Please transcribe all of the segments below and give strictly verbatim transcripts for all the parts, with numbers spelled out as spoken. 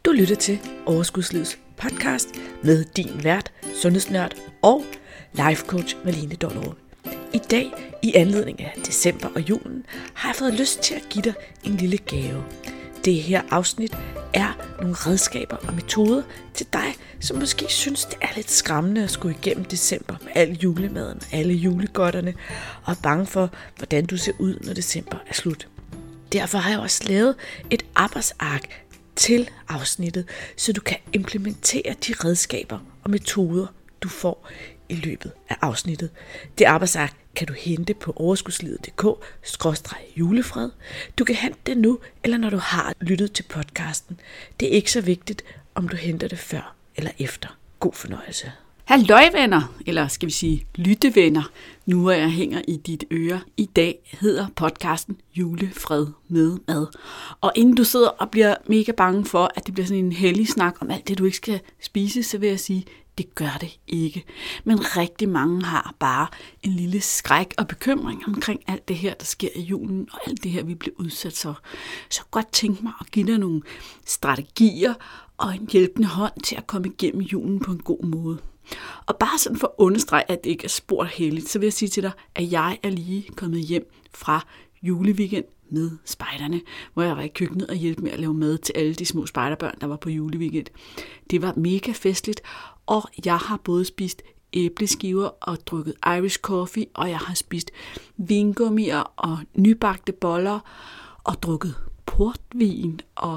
Du lytter til Overskudslivets podcast med din vært, sundhedsnørd og life coach Malene Dollerup. I dag, i anledning af december og julen, har jeg fået lyst til at give dig en lille gave. Det her afsnit er nogle redskaber og metoder til dig, som måske synes, det er lidt skræmmende at skulle igennem december med al julemaden og alle julegodterne, og er bange for, hvordan du ser ud, når december er slut. Derfor har jeg også lavet et arbejdsark til afsnittet, så du kan implementere de redskaber og metoder, du får i løbet af afsnittet. Det arbejdsark kan du hente på overskudslivet punktum d k skråstreg julefred. Du kan hente det nu, eller når du har lyttet til podcasten. Det er ikke så vigtigt, om du henter det før eller efter. God fornøjelse. Halløj venner, eller skal vi sige lyttevenner, nu er jeg hænger i dit øre. I dag hedder podcasten Julefred med mad. Og inden du sidder og bliver mega bange for, at det bliver sådan en hellig snak om alt det, du ikke skal spise, så vil jeg sige, det gør det ikke. Men rigtig mange har bare en lille skræk og bekymring omkring alt det her, der sker i julen, og alt det her, vi bliver udsat for. Så godt tænk mig at give dig nogle strategier og en hjælpende hånd til at komme igennem julen på en god måde. Og bare sådan for at understrege, at det ikke er spor heldigt, så vil jeg sige til dig, at jeg er lige kommet hjem fra juleweekend med spejderne, hvor jeg var i køkkenet og hjalp med at lave mad til alle de små spejderbørn, der var på juleweekend. Det var mega festligt, og jeg har både spist æbleskiver og drukket Irish coffee, og jeg har spist vingummier og nybagte boller, og drukket portvin og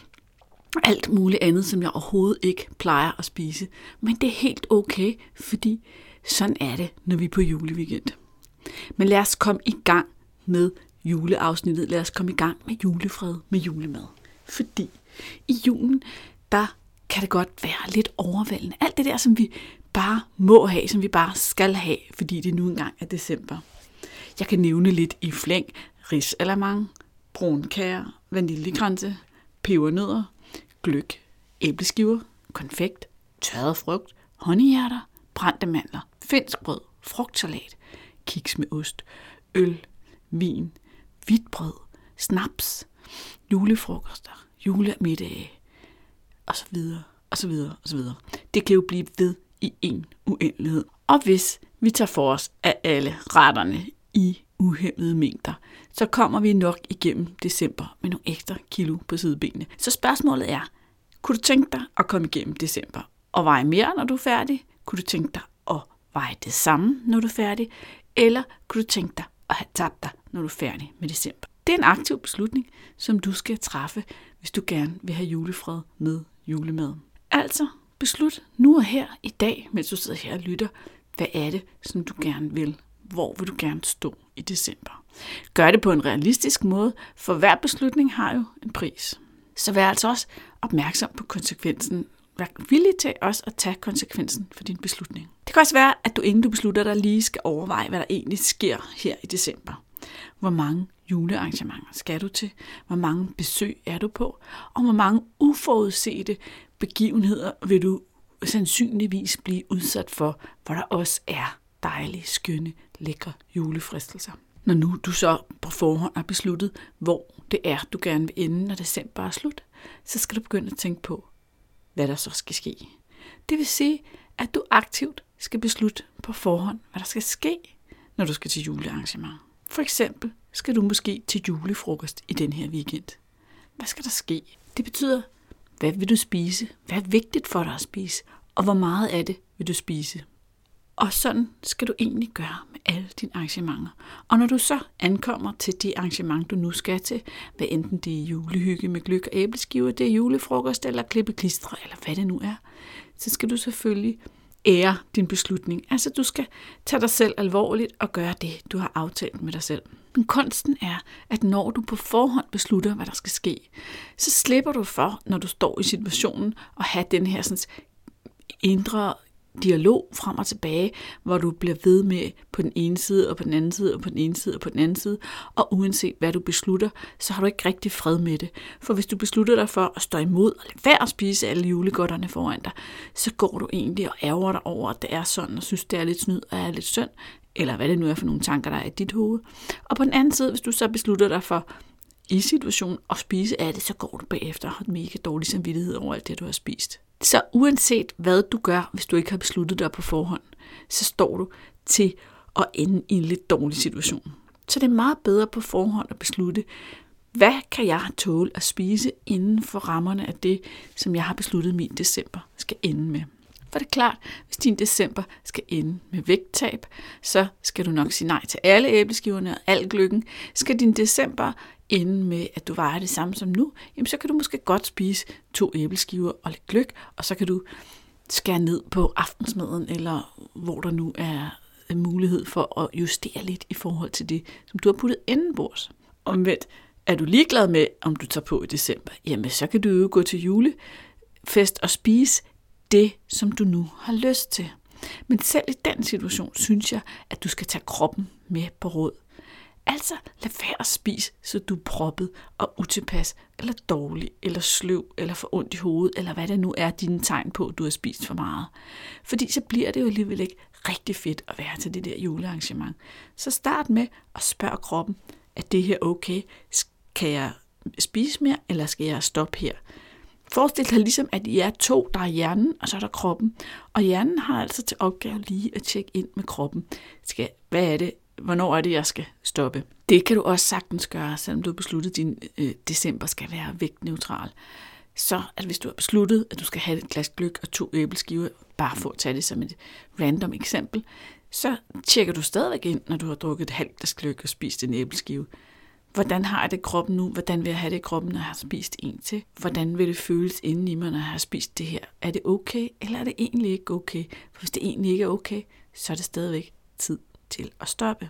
alt muligt andet, som jeg overhovedet ikke plejer at spise. Men det er helt okay, fordi sådan er det, når vi er på juleweekend. Men lad os komme i gang med juleafsnittet. Lad os komme i gang med julefred med julemad. Fordi i julen, der kan det godt være lidt overvældende. Alt det der, som vi bare må have, som vi bare skal have, fordi det nu engang er december. Jeg kan nævne lidt i flæng: risalamande, brunkager, vaniljekranse, pebernødder, gløgg, æbleskiver, konfekt, tørret frugt, honninghjerter, brændte mandler, finsk brød, frugtsalat, kiks med ost, øl, vin, hvidt brød, snaps, julefrokoster, julemiddage, og så videre, og så videre, og så videre. Det kan jo blive ved i en uendelighed. Og hvis vi tager for os af alle retterne i uhæmmede mængder, så kommer vi nok igennem december med nogle ekstra kilo på sidebenene. Så spørgsmålet er, kunne du tænke dig at komme igennem december og veje mere, når du er færdig? Kunne du tænke dig at veje det samme, når du er færdig? Eller kunne du tænke dig at have tabt dig, når du er færdig med december? Det er en aktiv beslutning, som du skal træffe, hvis du gerne vil have julefred med julemad. Altså, beslut nu og her i dag, mens du sidder her og lytter, hvad er det, som du gerne vil? Hvor vil du gerne stå i december? Gør det på en realistisk måde, for hver beslutning har jo en pris. Så vær altså også opmærksom på konsekvensen. Vær villig til også at tage konsekvensen for din beslutning. Det kan også være, at du inden du beslutter dig lige skal overveje, hvad der egentlig sker her i december. Hvor mange julearrangementer skal du til? Hvor mange besøg er du på? Og hvor mange uforudsete begivenheder vil du sandsynligvis blive udsat for, hvor der også er dejlige, skønne, lækre julefristelser. Når nu du så på forhånd har besluttet, hvor det er, du gerne vil ende, når december er slut, så skal du begynde at tænke på, hvad der så skal ske. Det vil sige, at du aktivt skal beslutte på forhånd, hvad der skal ske, når du skal til julearrangement. For eksempel skal du måske til julefrokost i den her weekend. Hvad skal der ske? Det betyder, hvad vil du spise? Hvad er vigtigt for dig at spise? Og hvor meget af det vil du spise? Og sådan skal du egentlig gøre med alle dine arrangementer. Og når du så ankommer til det arrangement, du nu skal til, hvad enten det er julehygge med gløgg og æbleskiver, det er julefrokost eller klippe klistre, eller hvad det nu er, så skal du selvfølgelig ære din beslutning. Altså du skal tage dig selv alvorligt og gøre det, du har aftalt med dig selv. Men kunsten er, at når du på forhånd beslutter, hvad der skal ske, så slipper du for, når du står i situationen, at have den her sådan, indre dialog frem og tilbage, hvor du bliver ved med på den ene side og på den anden side og på den ene side og på den anden side, og uanset hvad du beslutter, så har du ikke rigtig fred med det. For hvis du beslutter dig for at stå imod og lade være at spise alle julegodterne foran dig, så går du egentlig og ærger dig over, at det er sådan, og synes, det er lidt snyd og er lidt synd, eller hvad det nu er for nogle tanker, der er i dit hoved. Og på den anden side, hvis du så beslutter dig for, i situationen og spise af det, så går du bagefter og har mega dårlig samvittighed over alt det, du har spist. Så uanset hvad du gør, hvis du ikke har besluttet dig på forhånd, så står du til at ende i en lidt dårlig situation. Så det er meget bedre på forhånd at beslutte, hvad kan jeg tåle at spise inden for rammerne af det, som jeg har besluttet min december skal ende med. For det er klart, hvis din december skal ende med vægttab, så skal du nok sige nej til alle æbleskiverne og al gløggen. Skal din december ende med, at du vejer det samme som nu, jamen så kan du måske godt spise to æbleskiver og lidt gløgg, og så kan du skære ned på aftensmaden, eller hvor der nu er mulighed for at justere lidt i forhold til det, som du har puttet indenbords. Omvendt, er du ligeglad med, om du tager på i december, jamen så kan du jo gå til julefest og spise det, som du nu har lyst til. Men selv i den situation, synes jeg, at du skal tage kroppen med på råd. Altså, lad være at spise, så du er proppet og utilpas, eller dårlig, eller sløv, eller for ondt i hovedet, eller hvad det nu er dine tegn på, at du har spist for meget. Fordi så bliver det jo alligevel ikke rigtig fedt at være til det der julearrangement. Så start med at spørge kroppen, er det her okay? Kan jeg spise mere, eller skal jeg stoppe her? Forestil dig ligesom, at I er to, der er hjernen, og så er der kroppen. Og hjernen har altså til opgave lige at tjekke ind med kroppen. Skal, hvad er det? Hvornår er det, jeg skal stoppe? Det kan du også sagtens gøre, selvom du har besluttet, at din øh, december skal være vægtneutral. Så at hvis du har besluttet, at du skal have et glas gløgg og to æbleskiver, bare for at tage det som et random eksempel, så tjekker du stadigvæk ind, når du har drukket et halvt glas gløgg og spist en æbleskivе. Hvordan har jeg det i kroppen nu? Hvordan vil jeg have det i kroppen, når jeg har spist en til? Hvordan vil det føles inden i mig, når jeg har spist det her? Er det okay, eller er det egentlig ikke okay? For hvis det egentlig ikke er okay, så er det stadigvæk tid til at stoppe.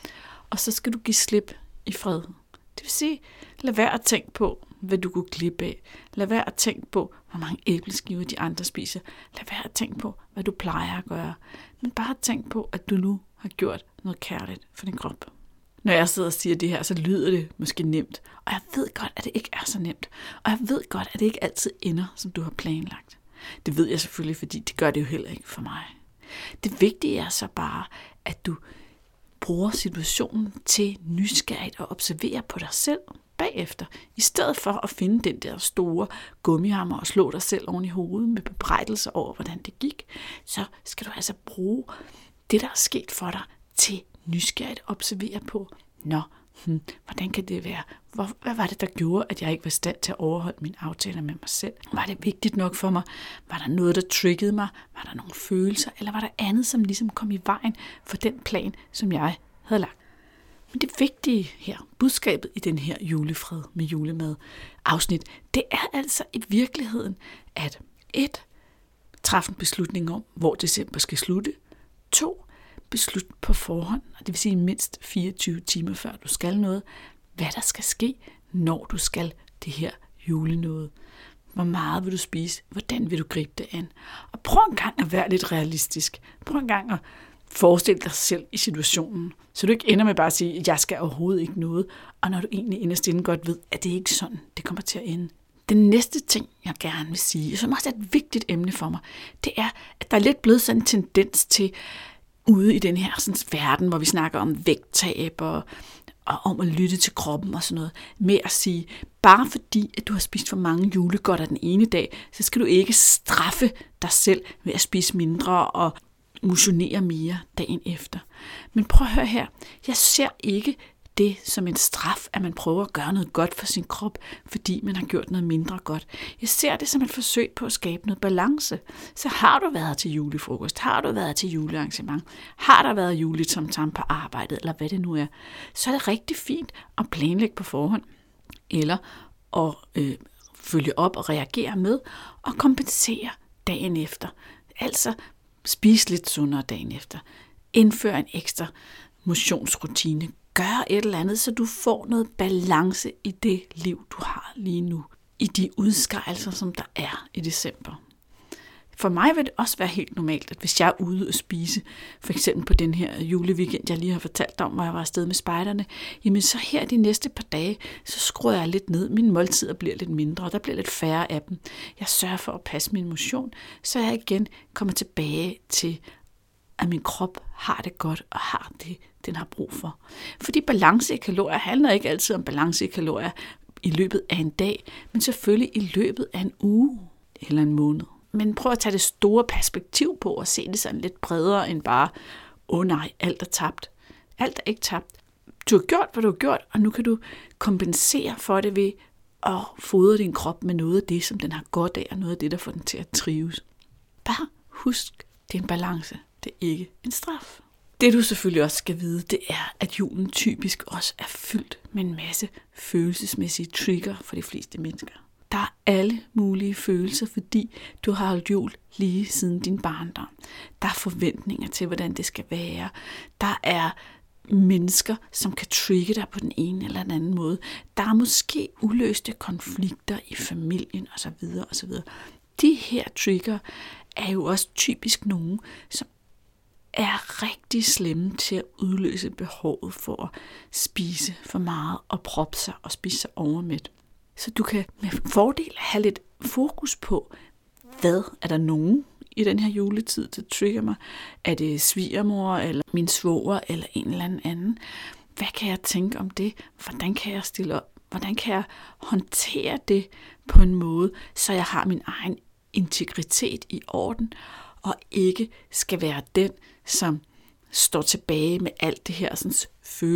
Og så skal du give slip i fred. Det vil sige, lad være at tænke på, hvad du kunne klippe af. Lad være at tænke på, hvor mange æbleskiver de andre spiser. Lad være at tænke på, hvad du plejer at gøre. Men bare tænk på, at du nu har gjort noget kærligt for din krop. Når jeg sidder og siger det her, så lyder det måske nemt. Og jeg ved godt, at det ikke er så nemt. Og jeg ved godt, at det ikke altid ender, som du har planlagt. Det ved jeg selvfølgelig, fordi det gør det jo heller ikke for mig. Det vigtige er så bare, at du bruger situationen til nysgerrigt at observere på dig selv bagefter. I stedet for at finde den der store gummihammer og slå dig selv oven i hovedet med bebrejdelser over, hvordan det gik, så skal du altså bruge det, der er sket for dig, til nysgerrigt at observere på, nå, hmm, hvordan kan det være? Hvor, hvad var det, der gjorde, at jeg ikke var i stand til at overholde mine aftaler med mig selv? Var det vigtigt nok for mig? Var der noget, der triggede mig? Var der nogle følelser? Eller var der andet, som ligesom kom i vejen for den plan, som jeg havde lagt? Men det vigtige her, budskabet i den her julefred med julemad afsnit, det er altså i virkeligheden, at et, træffe en beslutning om, hvor december skal slutte. To, beslut på forhånd, det vil sige mindst fireogtyve timer før du skal noget, hvad der skal ske, når du skal det her julenåde. Hvor meget vil du spise? Hvordan vil du gribe det an? Og prøv en gang at være lidt realistisk. Prøv en gang at forestille dig selv i situationen, så du ikke ender med bare at sige, at jeg skal overhovedet ikke noget, og når du egentlig inderst inde godt ved, at det ikke er sådan, det kommer til at ende. Den næste ting, jeg gerne vil sige, som også er et vigtigt emne for mig, det er, at der er lidt blevet sådan en tendens til, ude i den her sådan, verden, hvor vi snakker om vægttab og, og om at lytte til kroppen og sådan noget, med at sige, bare fordi, at du har spist for mange julegodter den ene dag, så skal du ikke straffe dig selv ved at spise mindre og motionere mere dagen efter. Men prøv at høre her, jeg ser ikke det som en straf, at man prøver at gøre noget godt for sin krop, fordi man har gjort noget mindre godt. Jeg ser det som et forsøg på at skabe noget balance. Så har du været til julefrokost, har du været til julearrangement, har der været juletomtam på arbejdet, eller hvad det nu er, så er det rigtig fint at planlægge på forhånd, eller at øh, følge op og reagere med, og kompensere dagen efter. Altså spise lidt sundere dagen efter. Indføre en ekstra motionsrutine. Gør et eller andet, så du får noget balance i det liv, du har lige nu. I de udskejelser, som der er i december. For mig vil det også være helt normalt, at hvis jeg er ude og spise, for eksempel på den her juleweekend, jeg lige har fortalt om, hvor jeg var afsted med spejderne, jamen så her de næste par dage, så skruer jeg lidt ned. Mine måltider bliver lidt mindre, og der bliver lidt færre af dem. Jeg sørger for at passe min motion, så jeg igen kommer tilbage til at min krop har det godt og har det, den har brug for. Fordi balance i kalorier handler ikke altid om balance i kalorier i løbet af en dag, men selvfølgelig i løbet af en uge eller en måned. Men prøv at tage det store perspektiv på og se det sådan lidt bredere end bare, åh oh nej, alt er tabt. Alt er ikke tabt. Du har gjort, hvad du har gjort, og nu kan du kompensere for det ved at fodre din krop med noget af det, som den har godt af, og noget af det, der får den til at trives. Bare husk, det er en balance. Det er ikke en straf. Det du selvfølgelig også skal vide, det er, at julen typisk også er fyldt med en masse følelsesmæssige trigger for de fleste mennesker. Der er alle mulige følelser, fordi du har holdt jul lige siden din barndom. Der er forventninger til, hvordan det skal være. Der er mennesker, som kan trigge dig på den ene eller den anden måde. Der er måske uløste konflikter i familien osv. osv. De her trigger er jo også typisk nogen, som er rigtig slemme til at udløse behovet for at spise for meget og proppe sig og spise sig overmæt. Så du kan med fordel have lidt fokus på, hvad er der nogen i den her juletid, der trigger mig? Er det svigermor, eller min svoger, eller en eller anden? Hvad kan jeg tænke om det? Hvordan kan jeg stille op? Hvordan kan jeg håndtere det på en måde, så jeg har min egen integritet i orden, og ikke skal være den, som står tilbage med alt det her sådan,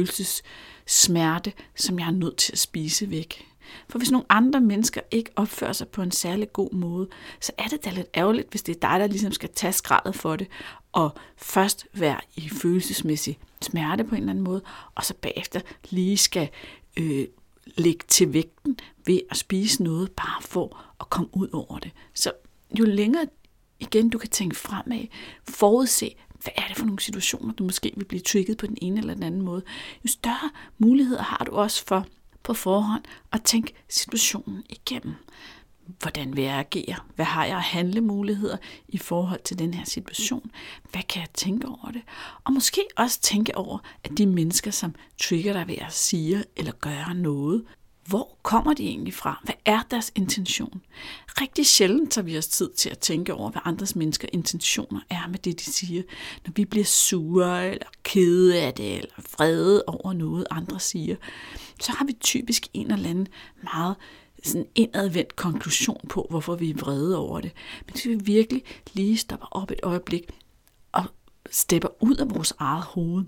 følelsessmerte, som jeg er nødt til at spise væk. For hvis nogle andre mennesker ikke opfører sig på en særlig god måde, så er det da lidt ærgerligt, hvis det er dig, der ligesom skal tage skraldet for det, og først være i følelsesmæssig smerte på en eller anden måde, og så bagefter lige skal øh, lægge til vægten ved at spise noget, bare for at komme ud over det. Så jo længere igen du kan tænke fremad, forudse, hvad er det for nogle situationer, du måske vil blive trigget på den ene eller den anden måde, jo større muligheder har du også for på forhånd at tænke situationen igennem. Hvordan vil jeg agere? Hvad har jeg af handlemuligheder i forhold til den her situation? Hvad kan jeg tænke over det? Og måske også tænke over, at de mennesker, som trigger dig ved at sige eller gøre noget, hvor kommer de egentlig fra? Hvad er deres intention? Rigtig sjældent tager vi os tid til at tænke over, hvad andres mennesker intentioner er med det, de siger. Når vi bliver sure, eller kede af det, eller vrede over noget, andre siger, så har vi typisk en eller anden meget sådan indadvendt konklusion på, hvorfor vi er vrede over det. Men hvis vi virkelig lige stopper op et øjeblik og stepper ud af vores eget hoved,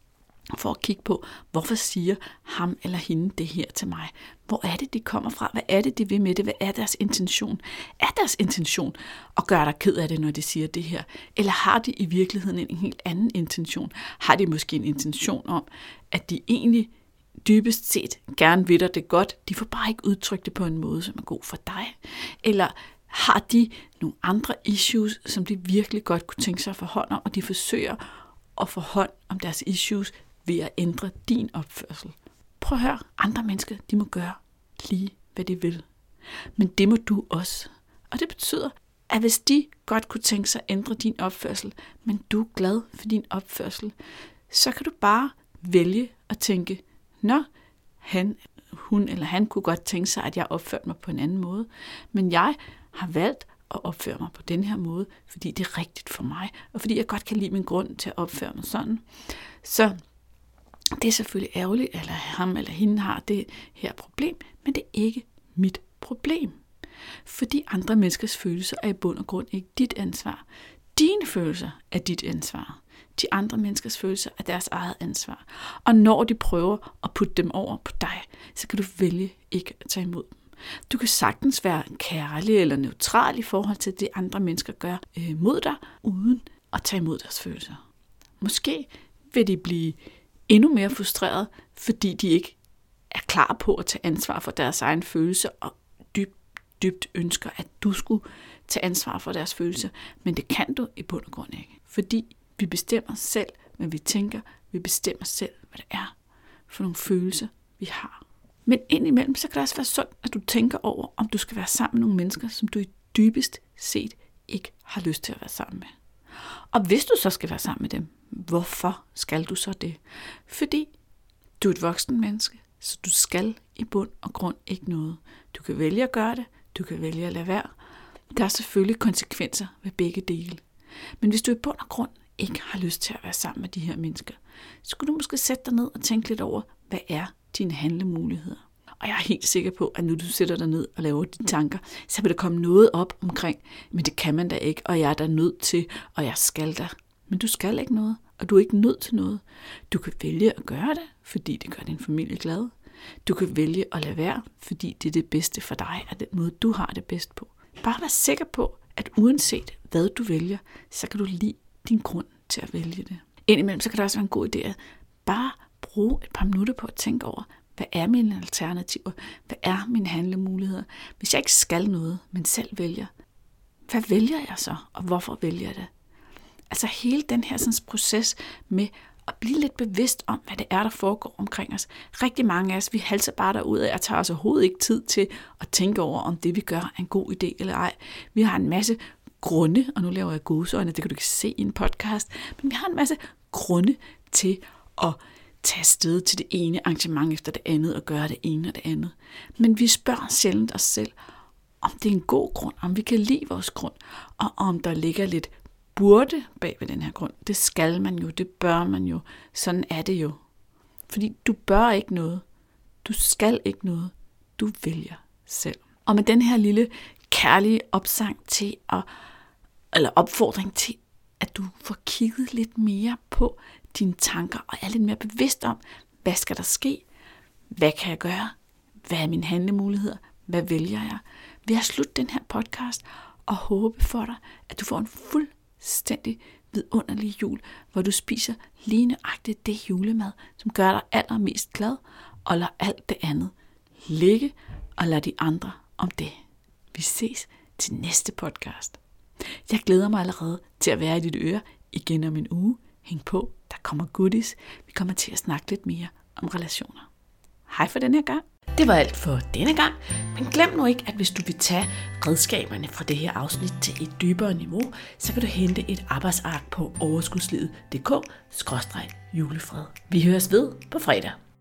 for at kigge på, hvorfor siger ham eller hende det her til mig? Hvor er det, de kommer fra? Hvad er det, de vil med det? Hvad er deres intention? Er deres intention at gøre dig ked af det, når de siger det her? Eller har de i virkeligheden en helt anden intention? Har de måske en intention om, at de egentlig dybest set gerne vil dig det godt? De får bare ikke udtrykt det på en måde, som er god for dig. Eller har de nogle andre issues, som de virkelig godt kunne tænke sig at få hånd om, og de forsøger at få hånd om deres issues ved at ændre din opførsel. Prøv at høre, andre mennesker, de må gøre lige, hvad de vil. Men det må du også. Og det betyder, at hvis de godt kunne tænke sig at ændre din opførsel, men du er glad for din opførsel, så kan du bare vælge at tænke, nå, han, hun eller han kunne godt tænke sig, at jeg opførte mig på en anden måde, men jeg har valgt at opføre mig på den her måde, fordi det er rigtigt for mig, og fordi jeg godt kan lide min grund til at opføre mig sådan. Så det er selvfølgelig ærgerligt, eller ham eller hende har det her problem, men det er ikke mit problem. Fordi andre menneskers følelser er i bund og grund ikke dit ansvar. Dine følelser er dit ansvar. De andre menneskers følelser er deres eget ansvar. Og når de prøver at putte dem over på dig, så kan du vælge ikke at tage imod dem. Du kan sagtens være kærlig eller neutral i forhold til det, andre mennesker gør øh, mod dig, uden at tage imod deres følelser. Måske vil de blive endnu mere frustreret, fordi de ikke er klar på at tage ansvar for deres egen følelser, og dybt, dybt ønsker, at du skulle tage ansvar for deres følelser. Men det kan du i bund og grund ikke. Fordi vi bestemmer selv, hvad vi tænker. Vi bestemmer selv, hvad det er for nogle følelser, vi har. Men indimellem, så kan det også være sundt, at du tænker over, om du skal være sammen med nogle mennesker, som du i dybest set ikke har lyst til at være sammen med. Og hvis du så skal være sammen med dem, hvorfor skal du så det? Fordi du er et voksen menneske, så du skal i bund og grund ikke noget. Du kan vælge at gøre det, du kan vælge at lade være. Der er selvfølgelig konsekvenser ved begge dele. Men hvis du i bund og grund ikke har lyst til at være sammen med de her mennesker, så skulle du måske sætte dig ned og tænke lidt over, hvad er dine handlemuligheder? Og jeg er helt sikker på, at nu du sætter dig ned og laver de tanker, så vil der komme noget op omkring, men det kan man da ikke, og jeg er da nødt til, og jeg skal da. Men du skal ikke noget, og du er ikke nødt til noget. Du kan vælge at gøre det, fordi det gør din familie glad. Du kan vælge at lade være, fordi det er det bedste for dig, og den måde, du har det bedst på. Bare vær sikker på, at uanset hvad du vælger, så kan du lide din grund til at vælge det. Indimellem så kan det også være en god idé at bare bruge et par minutter på at tænke over, hvad er mine alternativer? Hvad er mine handlemuligheder? Hvis jeg ikke skal noget, men selv vælger, hvad vælger jeg så, og hvorfor vælger jeg det? Altså hele den her sådan, proces med at blive lidt bevidst om, hvad det er, der foregår omkring os. Rigtig mange af os, vi halser bare derudad og tager os overhovedet ikke tid til at tænke over, om det vi gør er en god idé eller ej. Vi har en masse grunde, og nu laver jeg gåseøjne, det kan du ikke se i en podcast, men vi har en masse grunde til at tage afsted til det ene arrangement efter det andet og gøre det ene og det andet. Men vi spørger sjældent os selv, om det er en god grund, om vi kan lide vores grund, og om der ligger lidt burde bag ved den her grund. Det skal man jo, det bør man jo. Sådan er det jo. Fordi du bør ikke noget. Du skal ikke noget. Du vælger selv. Og med den her lille kærlige opsang til at, eller opfordring til, at du får kigget lidt mere på dine tanker, og er lidt mere bevidst om, hvad skal der ske? Hvad kan jeg gøre? Hvad er mine handlemuligheder? Hvad vælger jeg? Vil jeg slutte den her podcast og håbe for dig, at du får en fuldstændig vidunderlig jul, hvor du spiser lige nøjagtigt det julemad, som gør dig allermest glad, og lader alt det andet ligge, og lad de andre om det. Vi ses til næste podcast. Jeg glæder mig allerede til at være i dit øre igen om en uge. Hæng på, der kommer goodies. Vi kommer til at snakke lidt mere om relationer. Hej for den her gang. Det var alt for denne gang, men glem nu ikke, at hvis du vil tage redskaberne fra det her afsnit til et dybere niveau, så kan du hente et arbejdsark på overskudslivet punktum d k skråstreg julefred. Vi høres ved på fredag.